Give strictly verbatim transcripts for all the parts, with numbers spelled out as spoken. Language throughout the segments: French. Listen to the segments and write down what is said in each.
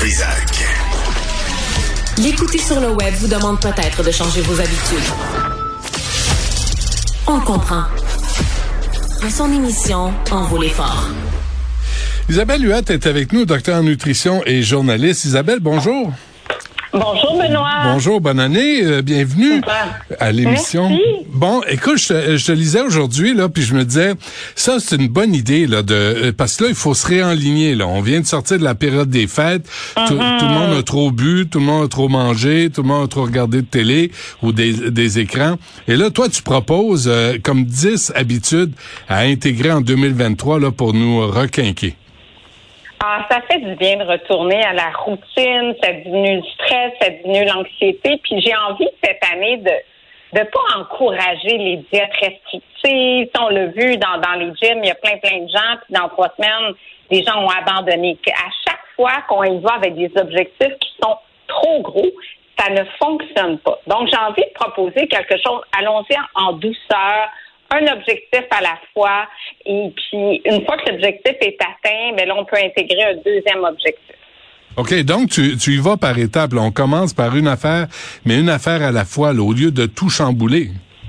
Trizac. L'écouter sur le web vous demande peut-être de changer vos habitudes. On le comprend. Mais son émission en vaut l'effort. Isabelle Huot est avec nous, docteur en nutrition et journaliste. Isabelle, bonjour. Bonjour Benoît. Bonjour, bonne année, euh, bienvenue à l'émission. Merci. Bon, écoute, je te, je te lisais aujourd'hui là, puis je me disais, ça c'est une bonne idée là, de parce que là il faut se réaligner là. On vient de sortir de la période des fêtes, mm-hmm. tout, tout le monde a trop bu, tout le monde a trop mangé, tout le monde a trop regardé de télé ou des, des écrans. Et là, toi, tu proposes euh, comme dix habitudes à intégrer en deux mille vingt-trois là pour nous requinquer. Ah, ça fait du bien de retourner à la routine, ça diminue le stress, ça diminue l'anxiété. Puis j'ai envie cette année de de pas encourager les diètes restrictives. On l'a vu dans, dans les gyms, il y a plein, plein de gens, puis dans trois semaines, les gens ont abandonné. À chaque fois qu'on y va avec des objectifs qui sont trop gros, ça ne fonctionne pas. Donc, j'ai envie de proposer quelque chose. Allons-y en douceur, un objectif à la fois. Et puis, une fois que l'objectif est atteint, bien là, on peut intégrer un deuxième objectif. OK, donc tu, tu y vas par étapes. Là. On commence par une affaire, mais une affaire à la fois, là, au lieu de tout chambouler.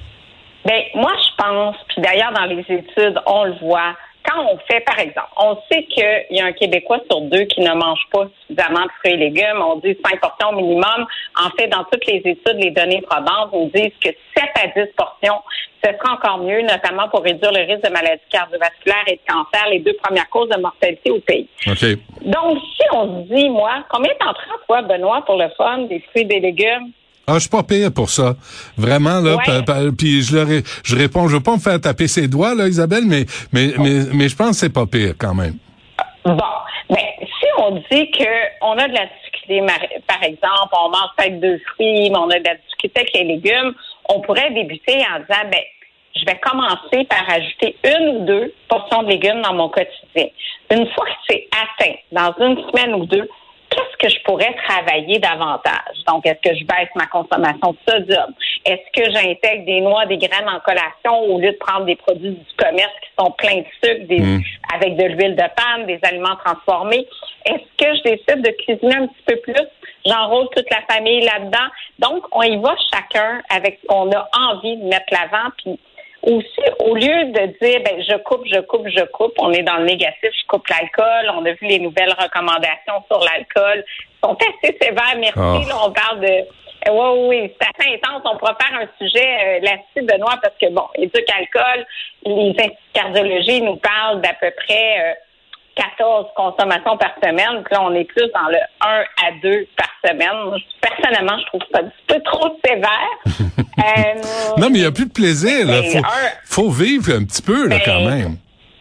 Bien, moi, je pense, puis d'ailleurs, dans les études, on le voit, quand on fait, par exemple, on sait qu'il y a un Québécois sur deux qui ne mange pas suffisamment de fruits et légumes. On dit cinq portions minimum. En fait, dans toutes les études, les données probantes nous disent que sept à dix portions, ce sera encore mieux, notamment pour réduire le risque de maladies cardiovasculaires et de cancer, les deux premières causes de mortalité au pays. Okay. Donc, si on se dit, moi, combien t'en prends, toi, Benoît, pour le fun, des fruits et des légumes? Ah, je suis pas pire pour ça. Vraiment, là. Ouais. Puis je leur ai, je réponds, je veux pas me faire taper ses doigts, là, Isabelle, mais, mais, oh. mais, mais je pense que c'est pas pire, quand même. Bon. Mais si on dit que on a de la difficulté, par exemple, on mange peut-être deux fruits, mais on a de la difficulté avec les légumes, on pourrait débuter en disant, ben, je vais commencer par ajouter une ou deux portions de légumes dans mon quotidien. Une fois que c'est atteint, dans une semaine ou deux, qu'est-ce que je pourrais travailler davantage? Donc, est-ce que je baisse ma consommation de sodium? Est-ce que j'intègre des noix, des graines en collation au lieu de prendre des produits du commerce qui sont pleins de sucre, des, mmh. avec de l'huile de palme, des aliments transformés? Est-ce que je décide de cuisiner un petit peu plus? J'enrôle toute la famille là-dedans. Donc, on y va chacun avec ce qu'on a envie de mettre l'avant, puis aussi, au lieu de dire, ben, je coupe, je coupe, je coupe, on est dans le négatif, je coupe l'alcool. On a vu les nouvelles recommandations sur l'alcool. Elles sont assez sévères, merci. Oh. Là, on parle de, oui, oui, c'est assez intense. On pourra faire un sujet euh, là-dessus, Benoît, parce que, bon, éduque alcool, les instituts de cardiologie nous parlent d'à peu près euh, quatorze consommations par semaine. Puis là, on est plus dans le un à deux par semaine. Personnellement, je trouve ça un petit peu trop sévère. euh, non, mais il n'y a plus de plaisir. Il faut, un, faut vivre un petit peu, là, ben, quand même.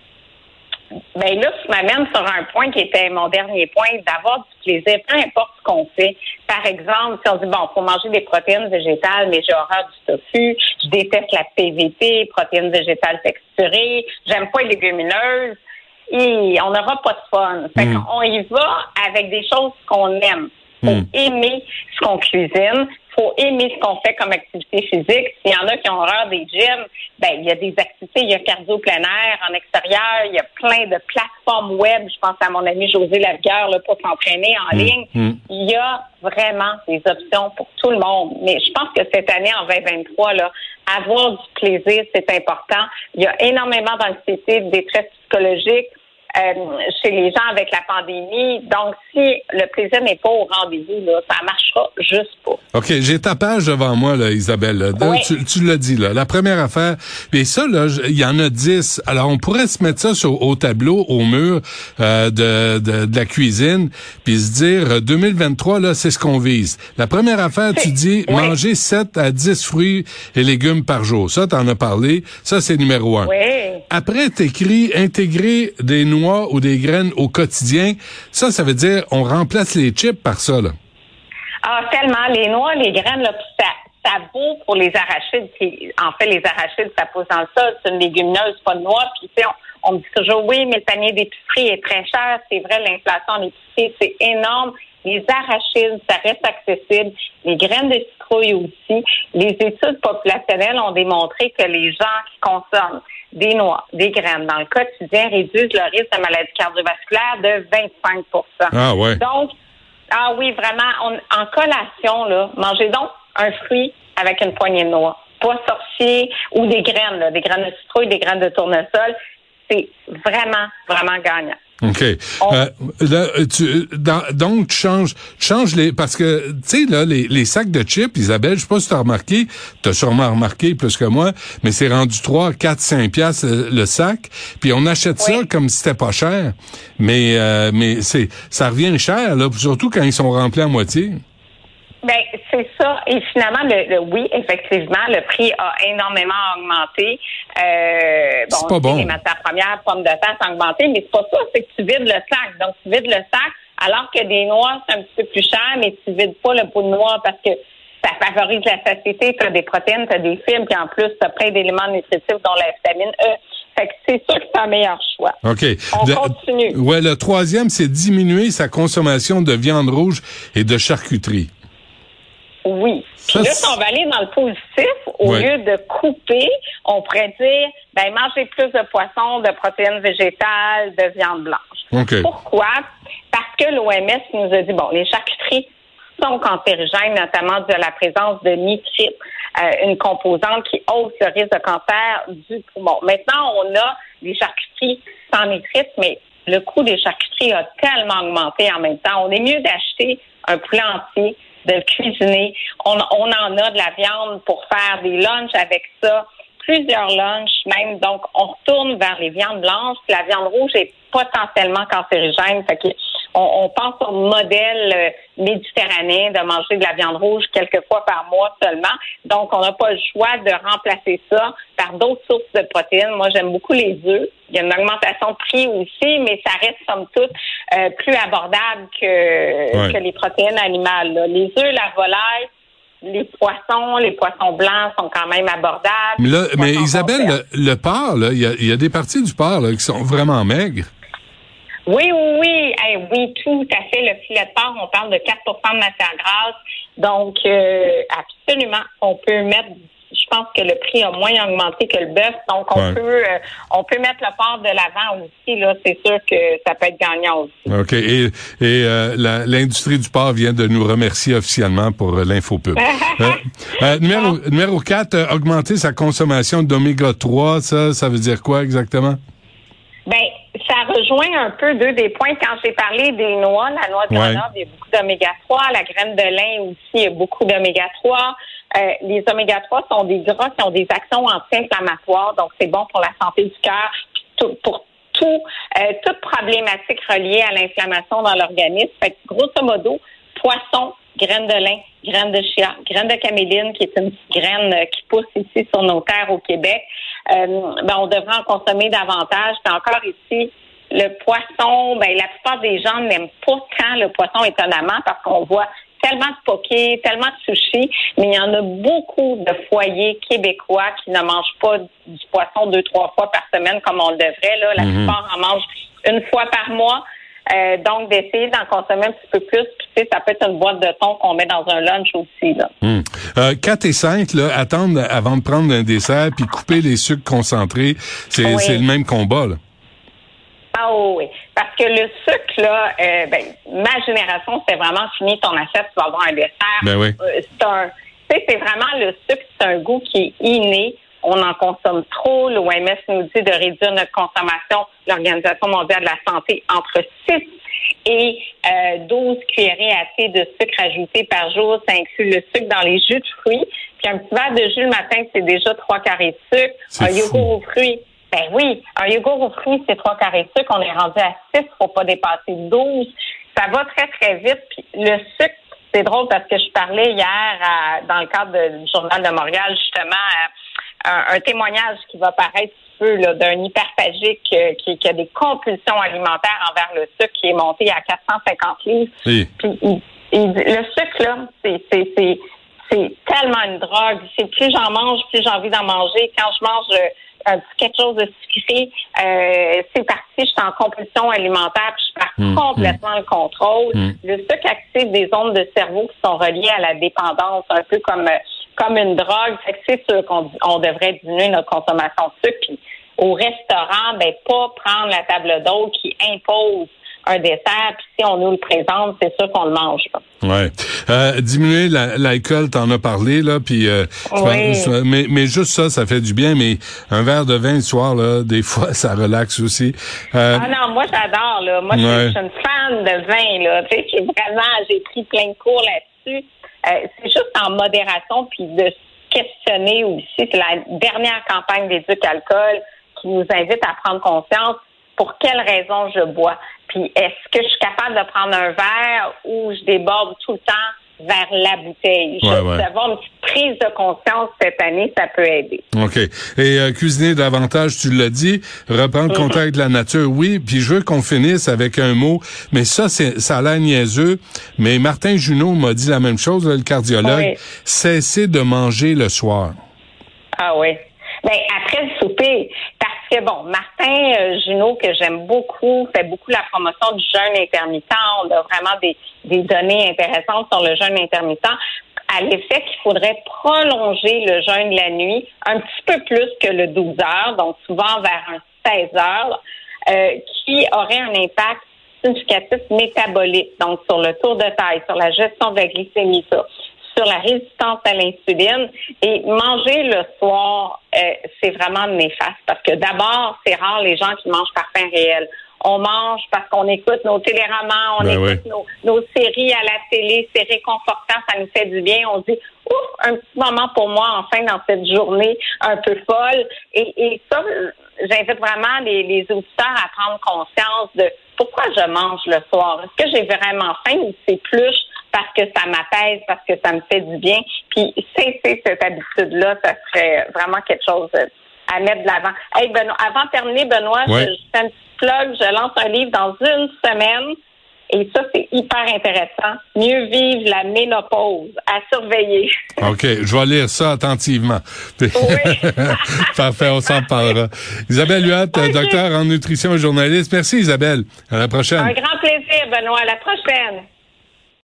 Ben là, tu m'amènes sur un point qui était mon dernier point, d'avoir du plaisir, peu importe ce qu'on fait. Par exemple, si on dit, bon, il faut manger des protéines végétales, mais j'ai horreur du tofu, je déteste la P V T, protéines végétales texturées, j'aime pas les légumineuses, et on n'aura pas de fun. Fait mm. qu'on y va avec des choses qu'on aime. Faut mm. aimer ce qu'on cuisine. Faut aimer ce qu'on fait comme activité physique. S'il y en a qui ont horreur des gyms, ben il y a des activités, il y a cardio plein air, en extérieur, il y a plein de plateformes web. Je pense à mon ami José Lavigueur là, pour s'entraîner en mm. ligne. Mm. Il y a vraiment des options pour tout le monde. Mais je pense que cette année, en vingt vingt-trois, là, avoir du plaisir, c'est important. Il y a énormément d'anxiété, de détresse psychologique. Euh, chez les gens avec la pandémie. Donc, si le plaisir n'est pas au rendez-vous, là, ça marchera juste pas. OK, j'ai ta page devant moi, là, Isabelle. Là. Oui. Tu, tu l'as dit, là. La première affaire, et ça, là, il y en a dix. Alors, on pourrait se mettre ça sur, au tableau, au mur euh, de, de, de la cuisine, puis se dire, deux mille vingt-trois, là, c'est ce qu'on vise. La première affaire, tu dis, oui. manger sept à dix fruits et légumes par jour. Ça, t'en as parlé. Ça, c'est numéro un. Oui. Après, t'écris intégrer des noix ou des graines au quotidien. Ça, ça veut dire on remplace les chips par ça, là. Ah, tellement. Les noix, les graines, là, ça, ça vaut pour les arachides. Qui, en fait, les arachides, ça pousse dans le sol. C'est une légumineuse, pas de noix. Puis, tu sais, on, on me dit toujours, oui, mais le panier d'épicerie est très cher. C'est vrai, l'inflation en épicerie, c'est énorme. Les arachides, ça reste accessible. Les graines de citrouille aussi. Les études populationnelles ont démontré que les gens qui consomment des noix, des graines dans le quotidien réduisent le risque de maladie cardiovasculaire de vingt-cinq pour cent. Ah ouais. Donc, Ah oui, vraiment. On, en collation, là, mangez donc un fruit avec une poignée de noix. Pas sorcier ou des graines, là, des graines de citrouille, des graines de tournesol. C'est vraiment, vraiment gagnant. OK. On... Euh, là, tu, dans, donc, tu changes, tu changes les, parce que, tu sais, là, les, les sacs de chips, Isabelle, je sais pas si tu as remarqué, tu as sûrement remarqué plus que moi, mais c'est rendu trois, quatre, cinq piastres le, le sac, puis on achète oui. ça comme si c'était pas cher, mais, euh, mais c'est, ça revient cher, là, surtout quand ils sont remplis à moitié. Ben c'est ça. Et finalement, le, le oui, effectivement, le prix a énormément augmenté. Euh, bon, c'est pas bon. Les matières premières, pommes de terre, ont augmenté, mais c'est pas ça. C'est que tu vides le sac. Donc tu vides le sac, alors que des noix c'est un petit peu plus cher, mais tu vides pas le pot de noix parce que ça favorise la satiété. Tu as des protéines, tu as des fibres, puis en plus tu as plein d'éléments nutritifs dont la vitamine E. Fait que c'est sûr que c'est un meilleur choix. OK. On le, continue. Ouais, le troisième, c'est diminuer sa consommation de viande rouge et de charcuterie. Oui. Puis là, si on va aller dans le positif, au ouais. lieu de couper, on pourrait dire, ben, manger plus de poissons, de protéines végétales, de viande blanche. Okay. Pourquoi? Parce que l'O M S nous a dit, bon, les charcuteries sont cancérigènes, notamment dû à la présence de nitrite, euh, une composante qui hausse le risque de cancer du poumon. Maintenant, on a des charcuteries sans nitrite, mais le coût des charcuteries a tellement augmenté en même temps. On est mieux d'acheter un poulet entier, de le cuisiner. On, on en a de la viande pour faire des lunchs avec ça, plusieurs lunchs même. Donc, on retourne vers les viandes blanches. La viande rouge est potentiellement cancérigène. Fait que on, on pense au modèle euh, méditerranéen de manger de la viande rouge quelques fois par mois seulement. Donc, on n'a pas le choix de remplacer ça par d'autres sources de protéines. Moi, j'aime beaucoup les œufs. Il y a une augmentation de prix aussi, mais ça reste, somme toute, euh, plus abordable que, ouais. que les protéines animales. Là. Les œufs, la volaille, les poissons, les poissons blancs sont quand même abordables. Mais, là, mais Isabelle, le, le porc, là, il y a, y a des parties du porc là, qui sont vraiment maigres. Oui, oui, oui. Hey, oui, tout à fait. Le filet de porc, on parle de quatre pour cent de matière grasse. Donc, euh, absolument, on peut mettre... Je pense que le prix a moins augmenté que le bœuf, donc on ouais. peut euh, on peut mettre le porc de l'avant aussi. Là, c'est sûr que ça peut être gagnant aussi. Ok. Et, et euh, la, l'industrie du porc vient de nous remercier officiellement pour euh, l'infopub. euh, euh, numéro numéro quatre, euh, augmenter sa consommation d'oméga trois. Ça, ça veut dire quoi exactement? Ben, ça rejoint un peu deux des points. Quand j'ai parlé des noix, la noix de Grenoble, ouais. il y a beaucoup d'oméga trois. La graine de lin aussi, il y a beaucoup d'oméga trois. Euh, les oméga trois sont des gras qui ont des actions anti-inflammatoires, donc c'est bon pour la santé du cœur, tout, pour tout, euh, toute problématique reliée à l'inflammation dans l'organisme. Fait que, grosso modo, poisson, graines de lin, graines de chia, graines de caméline, qui est une petite graine euh, qui pousse ici sur nos terres au Québec, euh, ben on devrait en consommer davantage. Puis encore ici, le poisson, ben la plupart des gens n'aiment pas tant le poisson, étonnamment, parce qu'on voit tellement de pokés, tellement de sushis, mais il y en a beaucoup de foyers québécois qui ne mangent pas du poisson deux, trois fois par semaine comme on le devrait. Là. La mm-hmm. plupart en mangent une fois par mois. Euh, donc, d'essayer d'en consommer un petit peu plus. Puis, tu sais, ça peut être une boîte de thon qu'on met dans un lunch aussi. Là. Mm. Euh, quatre et cinq, là, attendre avant de prendre un dessert puis couper les sucres concentrés, c'est, oui. c'est le même combat, là. Ah oui, parce que le sucre, là, euh, ben, ma génération, c'est vraiment fini ton assiette, tu vas avoir un dessert. Ben oui. Euh, c'est un, tu sais, c'est vraiment le sucre, c'est un goût qui est inné. On en consomme trop. L'O M S nous dit de réduire notre consommation, l'Organisation mondiale de la santé, entre six et euh, douze cuillerées à thé de sucre ajouté par jour. Ça inclut le sucre dans les jus de fruits. Puis un petit verre de jus le matin, c'est déjà trois carrés de sucre. C'est un fou. yogourt aux fruits. Ben oui, un yogourt aux fruits, c'est trois carrés de sucre. On est rendu à six, faut pas dépasser douze. Ça va très, très vite. Puis le sucre, c'est drôle parce que je parlais hier à, dans le cadre de, du Journal de Montréal, justement, à, un, un témoignage qui va paraître un peu là, d'un hyperphagique euh, qui, qui a des compulsions alimentaires envers le sucre, qui est monté à quatre cent cinquante livres. Oui. Puis il, il, le sucre, là, c'est, c'est, c'est, c'est tellement une drogue. C'est plus j'en mange, plus j'ai envie d'en manger. Quand je mange euh, un petit quelque chose de sucré, euh, c'est parti, je suis en compulsion alimentaire, puis je perds mmh, complètement mmh. le contrôle. Mmh. Le sucre active des ondes de cerveau qui sont reliées à la dépendance, un peu comme comme une drogue. Fait que c'est sûr qu'on on devrait diminuer notre consommation de sucre. Puis au restaurant, ben pas prendre la table d'hôte qui impose un dessert, puis si on nous le présente, c'est sûr qu'on le mange. Là. Ouais. Euh, diminuer la, l'alcool, t'en as parlé, là, puis euh, oui. mais, mais juste ça, ça fait du bien, mais un verre de vin le soir, là, des fois, ça relaxe aussi. Euh, ah non, moi j'adore, là. Moi, ouais. je suis une fan de vin, là. Tu sais, j'ai vraiment, j'ai pris plein de cours là-dessus. Euh, c'est juste en modération, puis de se questionner aussi. C'est la dernière campagne d'Éduc-Alcool qui nous invite à prendre conscience pour quelles raisons je bois. Puis est-ce que je suis capable de prendre un verre ou je déborde tout le temps vers la bouteille? Ouais, Juste ouais. d'avoir une petite prise de conscience cette année, ça peut aider. OK. Et euh, cuisiner davantage, tu l'as dit, reprendre mm-hmm. contact avec la nature, oui. Puis je veux qu'on finisse avec un mot, mais ça, c'est ça a l'air niaiseux, mais Martin Junot m'a dit la même chose, là, le cardiologue. Oui. Cessez de manger le soir. Ah oui. Ben après le souper, parce que bon, Martin euh, Junot, que j'aime beaucoup, fait beaucoup la promotion du jeûne intermittent. On a vraiment des, des données intéressantes sur le jeûne intermittent, à l'effet qu'il faudrait prolonger le jeûne la nuit un petit peu plus que le douze heures, donc souvent vers un seize heures, euh, qui aurait un impact significatif métabolique, donc sur le tour de taille, sur la gestion de la glycémie, ça. Sur la résistance à l'insuline. Et manger le soir, euh, c'est vraiment néfaste parce que d'abord, c'est rare les gens qui mangent par faim réel. On mange parce qu'on écoute nos téléromans, on ben écoute oui. nos, nos séries à la télé, c'est réconfortant, ça nous fait du bien. On se dit, ouf, un petit moment pour moi, enfin, dans cette journée un peu folle. Et, et ça, j'invite vraiment les, les auditeurs à prendre conscience de pourquoi je mange le soir. Est-ce que j'ai vraiment faim ou c'est plus parce que ça m'apaise, parce que ça me fait du bien. Puis cesser cette habitude-là, ça serait vraiment quelque chose à mettre de l'avant. Hey, Benoît, avant de terminer, Benoît, ouais. je, je fais un petit plug, je lance un livre dans une semaine. Et ça, c'est hyper intéressant. Mieux vivre la ménopause, à surveiller. OK, je vais lire ça attentivement. Oui. Parfait, on s'en parlera. Isabelle Huot, okay. docteur en nutrition et journaliste. Merci Isabelle. À la prochaine. Un grand plaisir, Benoît. À la prochaine.